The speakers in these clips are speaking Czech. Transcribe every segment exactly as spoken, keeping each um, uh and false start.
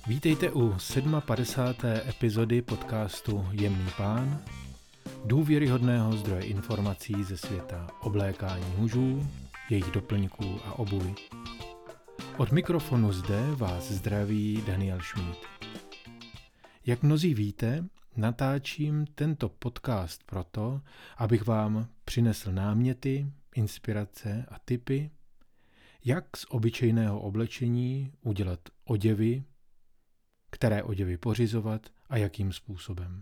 Vítejte u padesáté sedmé epizody podcastu Jemný pán, důvěryhodného zdroje informací ze světa oblékání mužů, jejich doplňků a obuvi. Od mikrofonu zde vás zdraví Daniel Schmid. Jak mnozí víte, natáčím tento podcast proto, abych vám přinesl náměty, inspirace a tipy, jak z obyčejného oblečení udělat oděvy, které oděvy pořizovat a jakým způsobem.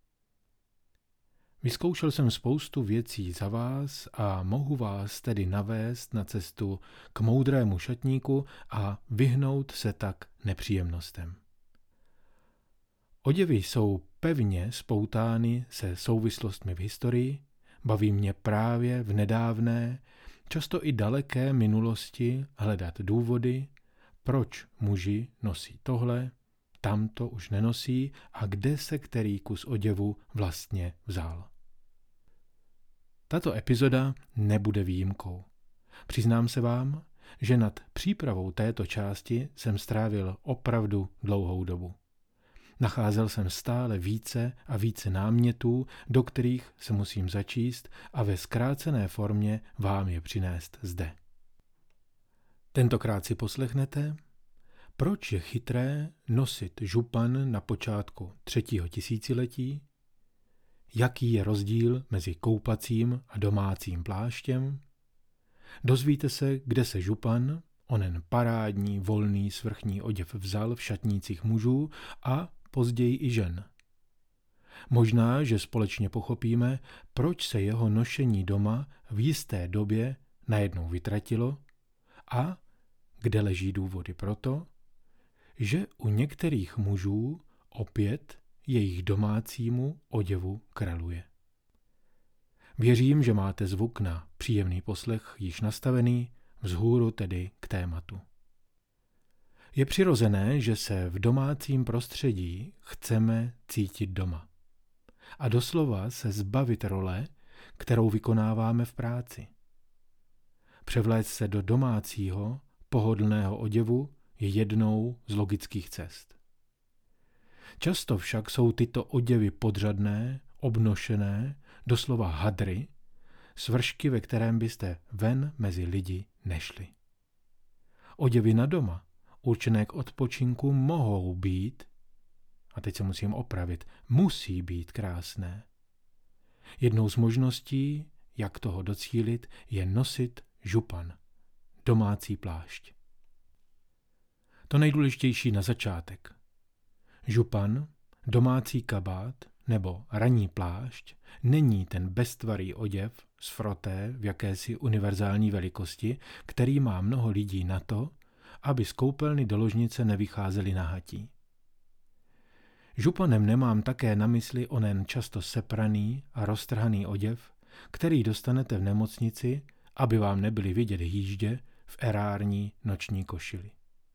Vyzkoušel jsem spoustu věcí za vás a mohu vás tedy navést na cestu k moudrému šatníku a vyhnout se tak nepříjemnostem. Oděvy jsou pevně spoutány se souvislostmi v historii, baví mě právě v nedávné, často i daleké minulosti hledat důvody, proč muži nosí tohle, tamto už nenosí a kde se který kus oděvu vlastně vzal. Tato epizoda nebude výjimkou. Přiznám se vám, že nad přípravou této části jsem strávil opravdu dlouhou dobu. Nacházel jsem stále více a více námětů, do kterých se musím začíst a ve zkrácené formě vám je přinést zde. Tentokrát si poslechnete, proč je chytré nosit župan na počátku třetího tisíciletí, jaký je rozdíl mezi koupacím a domácím pláštěm, dozvíte se, kde se župan, onen parádní, volný, svrchní oděv vzal v šatnících mužů a později i žen. Možná, že společně pochopíme, proč se jeho nošení doma v jisté době najednou vytratilo a kde leží důvody proto, že u některých mužů opět jejich domácímu oděvu kraluje. Věřím, že máte zvuk na příjemný poslech již nastavený, vzhůru tedy k tématu. Je přirozené, že se v domácím prostředí chceme cítit doma a doslova se zbavit role, kterou vykonáváme v práci. Převléct se do domácího, pohodlného oděvu je jednou z logických cest. Často však jsou tyto oděvy podřadné, obnošené, doslova hadry, svršky, ve kterém byste ven mezi lidi nešli. Oděvy na doma, určené k odpočinku, mohou být, a teď se musím opravit, musí být krásné. Jednou z možností, jak toho docílit, je nosit župan, domácí plášť. To nejdůležitější na začátek. Župan, domácí kabát nebo ranní plášť není ten beztvarý oděv z froté v jakési univerzální velikosti, který má mnoho lidí na to, aby z koupelny do ložnice nevycházeli nahatí. Županem nemám také na mysli onen často sepraný a roztrhaný oděv, který dostanete v nemocnici, aby vám nebyli vidět hýždě v erární noční košili.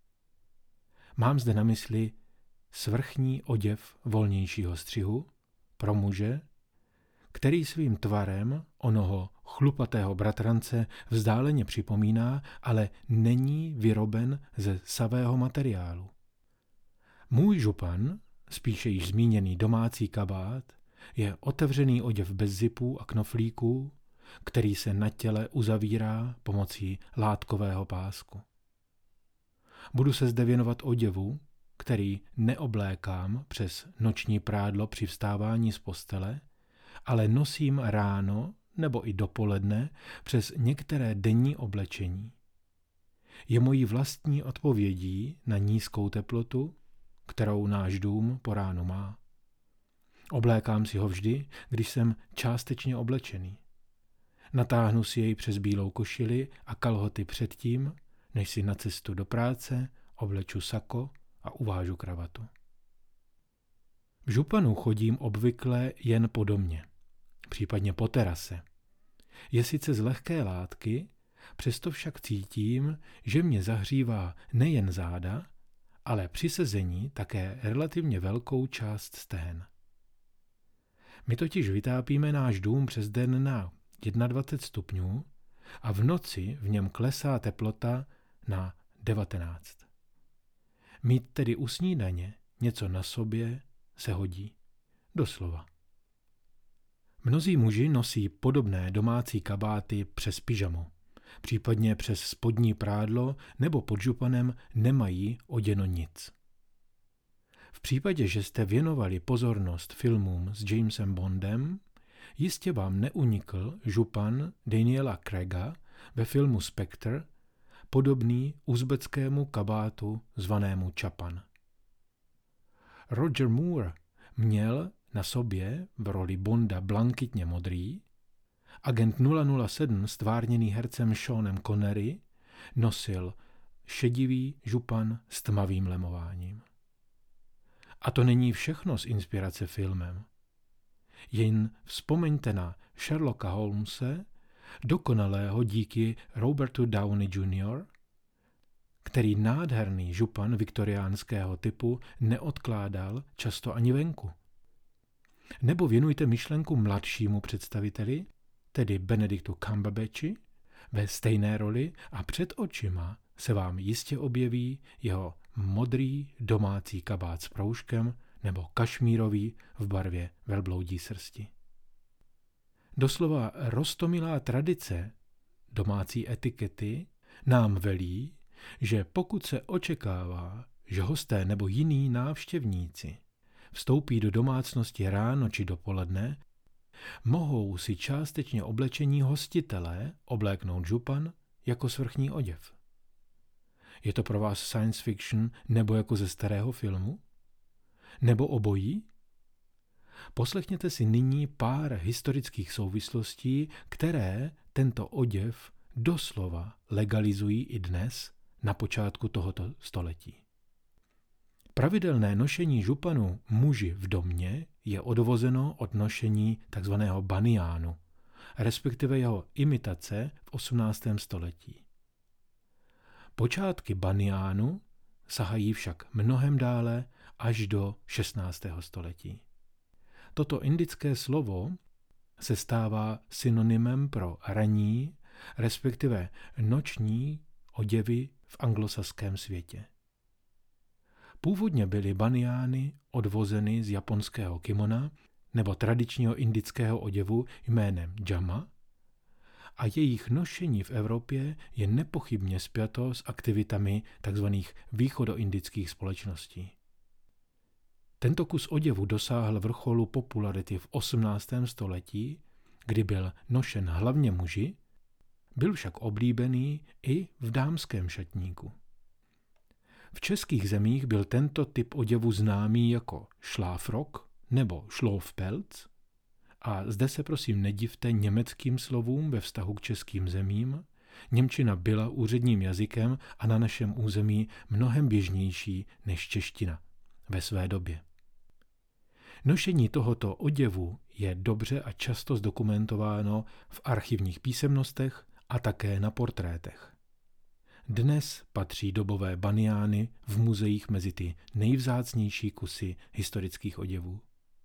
Mám zde na mysli svrchní oděv volnějšího střihu pro muže, který svým tvarem onoho chlupatého bratrance vzdáleně připomíná, ale není vyroben ze savého materiálu. Můj župan, spíše již zmíněný domácí kabát, je otevřený oděv bez zipů a knoflíků, který se na těle uzavírá pomocí látkového pásku. Budu se zde věnovat oděvu, který neoblékám přes noční prádlo při vstávání z postele, ale nosím ráno nebo i dopoledne přes některé denní oblečení. Je mojí vlastní odpovědí na nízkou teplotu, kterou náš dům po ránu má. Oblékám si ho vždy, když jsem částečně oblečený. Natáhnu si jej přes bílou košili a kalhoty předtím, než si na cestu do práce obleču sako a uvážu kravatu. V županu chodím obvykle jen po domě, případně po terase. Je sice z lehké látky, přesto však cítím, že mě zahřívá nejen záda, ale při sezení také relativně velkou část stehn. My totiž vytápíme náš dům přes den na dvacet jedna stupňů a v noci v něm klesá teplota na devatenáct. Mít tedy u snídaně něco na sobě se hodí. Doslova. Mnozí muži nosí podobné domácí kabáty přes pyžamo, případně přes spodní prádlo nebo pod županem nemají oděno nic. V případě, že jste věnovali pozornost filmům s Jamesem Bondem, jistě vám neunikl župan Daniela Craiga ve filmu Spectre, podobný uzbeckému kabátu zvanému čapan. Roger Moore měl na sobě v roli Bonda blankitně modrý, agent nula nula sedm stvárněný hercem Seanem Connery nosil šedivý župan s tmavým lemováním. A to není všechno z inspirace filmem. Jen vzpomeňte na Sherlocka Holmese, dokonalého díky Robertu Downey junior, který nádherný župan viktoriánského typu neodkládal často ani venku. Nebo věnujte myšlenku mladšímu představiteli, tedy Benedictu Cumberbatchi, ve stejné roli a před očima se vám jistě objeví jeho modrý domácí kabát s proužkem nebo kašmírový v barvě velbloudí srsti. Doslova roztomilá tradice domácí etikety nám velí, že pokud se očekává, že hosté nebo jiní návštěvníci vstoupí do domácnosti ráno či dopoledne, mohou si částečně oblečení hostitelé obléknout župan jako svrchní oděv. Je to pro vás science fiction nebo jako ze starého filmu? Nebo obojí? Poslechněte si nyní pár historických souvislostí, které tento oděv doslova legalizují i dnes na počátku tohoto století. Pravidelné nošení županu muži v domě je odvozeno od nošení tzv. Baniánu, respektive jeho imitace v osmnáctém století. Počátky baniánu sahají však mnohem dále až do šestnáctého století. Toto indické slovo se stává synonymem pro ranní, respektive noční oděvy v anglosaském světě. Původně byly baniány odvozeny z japonského kimona nebo tradičního indického oděvu jménem džama a jejich nošení v Evropě je nepochybně spjato s aktivitami tzv. Východoindických společností. Tento kus oděvu dosáhl vrcholu popularity v osmnáctém století, kdy byl nošen hlavně muži, byl však oblíbený i v dámském šatníku. V českých zemích byl tento typ oděvu známý jako šláfrok nebo šlófpelc a zde se prosím nedivte německým slovům ve vztahu k českým zemím. Němčina byla úředním jazykem a na našem území mnohem běžnější než čeština ve své době. Nošení tohoto oděvu je dobře a často zdokumentováno v archivních písemnostech a také na portrétech. Dnes patří dobové baniány v muzeích mezi ty nejvzácnější kusy historických oděvů.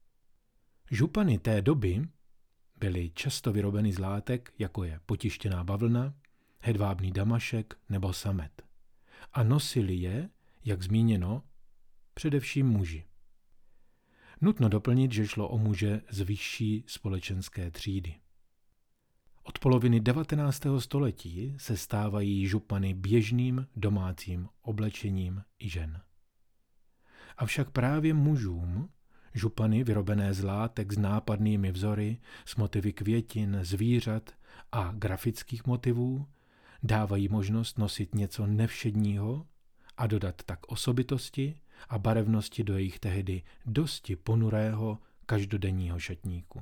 Župany té doby byly často vyrobeny z látek, jako je potištěná bavlna, hedvábný damašek nebo samet. A nosili je, jak zmíněno, především muži. Nutno doplnit, že šlo o muže z vyšší společenské třídy. Od poloviny devatenáctého století se stávají župany běžným domácím oblečením i žen. Avšak právě mužům župany vyrobené z látek s nápadnými vzory, s motivy květin, zvířat a grafických motivů dávají možnost nosit něco nevšedního a dodat tak osobitosti a barevnosti do jejich tehdy dosti ponurého každodenního šatníku.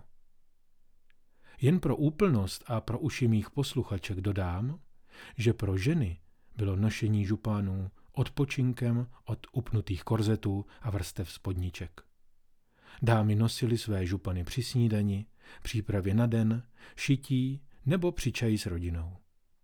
Jen pro úplnost a pro uši mých posluchaček dodám, že pro ženy bylo nošení župánů odpočinkem od upnutých korzetů a vrstev spodníček. Dámy nosily své župany při snídani, přípravě na den, šití nebo při čaji s rodinou.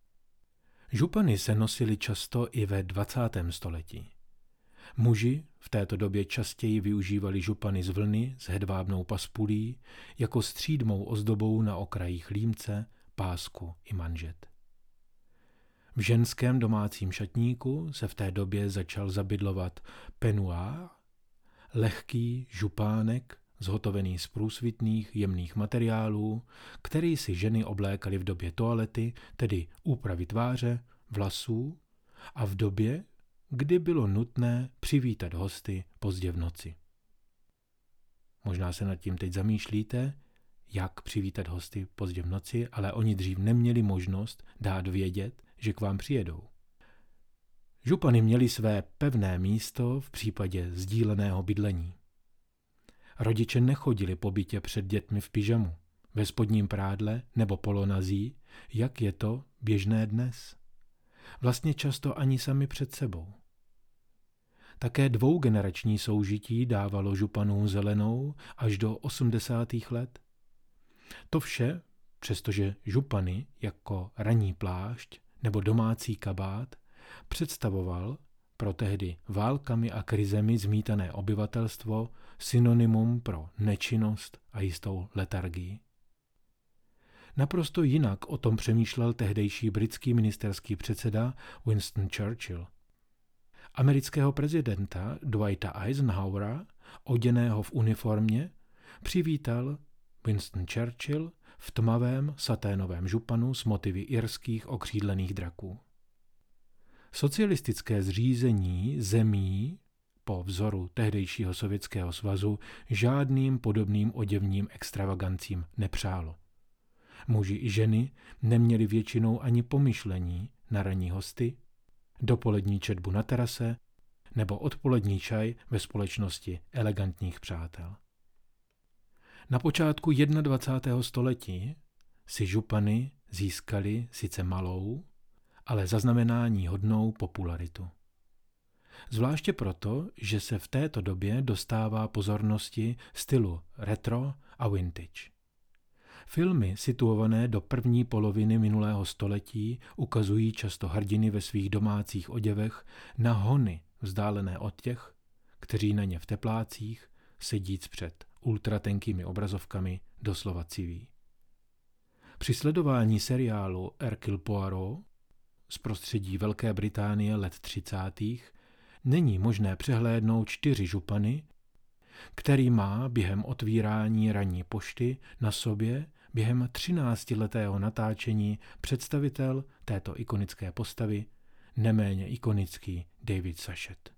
Župany se nosily často i ve dvacátém století. Muži v této době častěji využívali župany z vlny s hedvábnou paspulí jako střídmou ozdobou na okrajích límce, pásku i manžet. V ženském domácím šatníku se v té době začal zabydlovat peignoir, lehký župánek zhotovený z průsvitných jemných materiálů, který si ženy oblékaly v době toalety, tedy úpravy tváře, vlasů a v době, kdy bylo nutné přivítat hosty pozdě v noci. Možná se nad tím teď zamýšlíte, jak přivítat hosty pozdě v noci, ale oni dřív neměli možnost dát vědět, že k vám přijedou. Župany měli své pevné místo v případě sdíleného bydlení. Rodiče nechodili po bytě před dětmi v pyžamu, ve spodním prádle nebo polonazí, jak je to běžné dnes. Vlastně často ani sami před sebou. Také dvougenerační soužití dávalo županům zelenou až do osmdesátých let. To vše, přestože župany jako ranní plášť nebo domácí kabát představoval pro tehdy válkami a krizemi zmítané obyvatelstvo synonymum pro nečinnost a jistou letargii. Naprosto jinak o tom přemýšlel tehdejší britský ministerský předseda Winston Churchill. Amerického prezidenta Dwighta Eisenhowera, oděného v uniformě, přivítal Winston Churchill v tmavém saténovém županu s motivy irských okřídlených draků. Socialistické zřízení zemí po vzoru tehdejšího Sovětského svazu žádným podobným oděvním extravagancím nepřálo. Muži i ženy neměli většinou ani pomyšlení na ranní hosty, dopolední četbu na terase nebo odpolední čaj ve společnosti elegantních přátel. Na počátku dvacátého prvního století si župany získali sice malou, ale zaznamenání hodnou popularitu. Zvláště proto, že se v této době dostává pozornosti stylu retro a vintage. Filmy situované do první poloviny minulého století ukazují často hrdiny ve svých domácích oděvech na hony vzdálené od těch, kteří na ně v teplácích, sedíc před ultratenkými obrazovkami, doslova civí. Při sledování seriálu Hercule Poirot z prostředí Velké Británie let třicátých není možné přehlédnout čtyři župany, který má během otvírání ranní pošty na sobě během třináctiletého natáčení představitel této ikonické postavy, neméně ikonický David Suchet.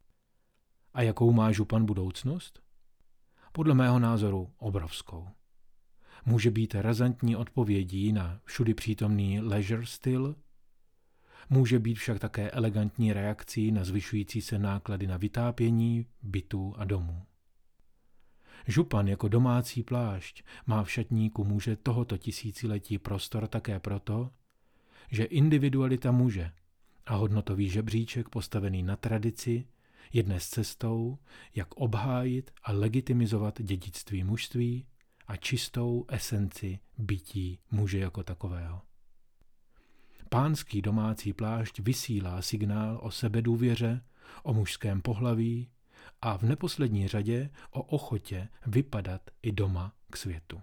A jakou má župan budoucnost? Podle mého názoru obrovskou. Může být razantní odpovědí na všudy přítomný leisure styl, může být však také elegantní reakcí na zvyšující se náklady na vytápění bytů a domů. Župan jako domácí plášť má v šatníku muže tohoto tisíciletí prostor také proto, že individualita muže a hodnotový žebříček postavený na tradici je dnes cestou, jak obhájit a legitimizovat dědictví mužství a čistou esenci bytí muže jako takového. Pánský domácí plášť vysílá signál o sebedůvěře, o mužském pohlaví a v neposlední řadě o ochotě vypadat i doma k světu.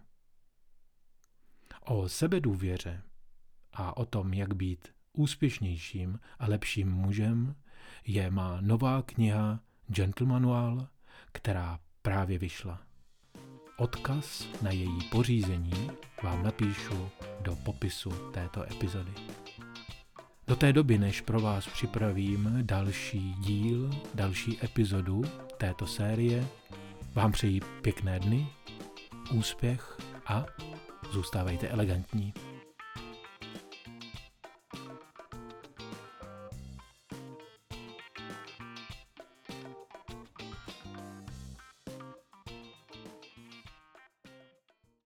O sebedůvěře a o tom, jak být úspěšnějším a lepším mužem, je má nová kniha Gentlemanual, která právě vyšla. Odkaz na její pořízení vám napíšu do popisu této epizody. Do té doby, než pro vás připravím další díl, další epizodu této série, vám přeji pěkné dny, úspěch a zůstávejte elegantní.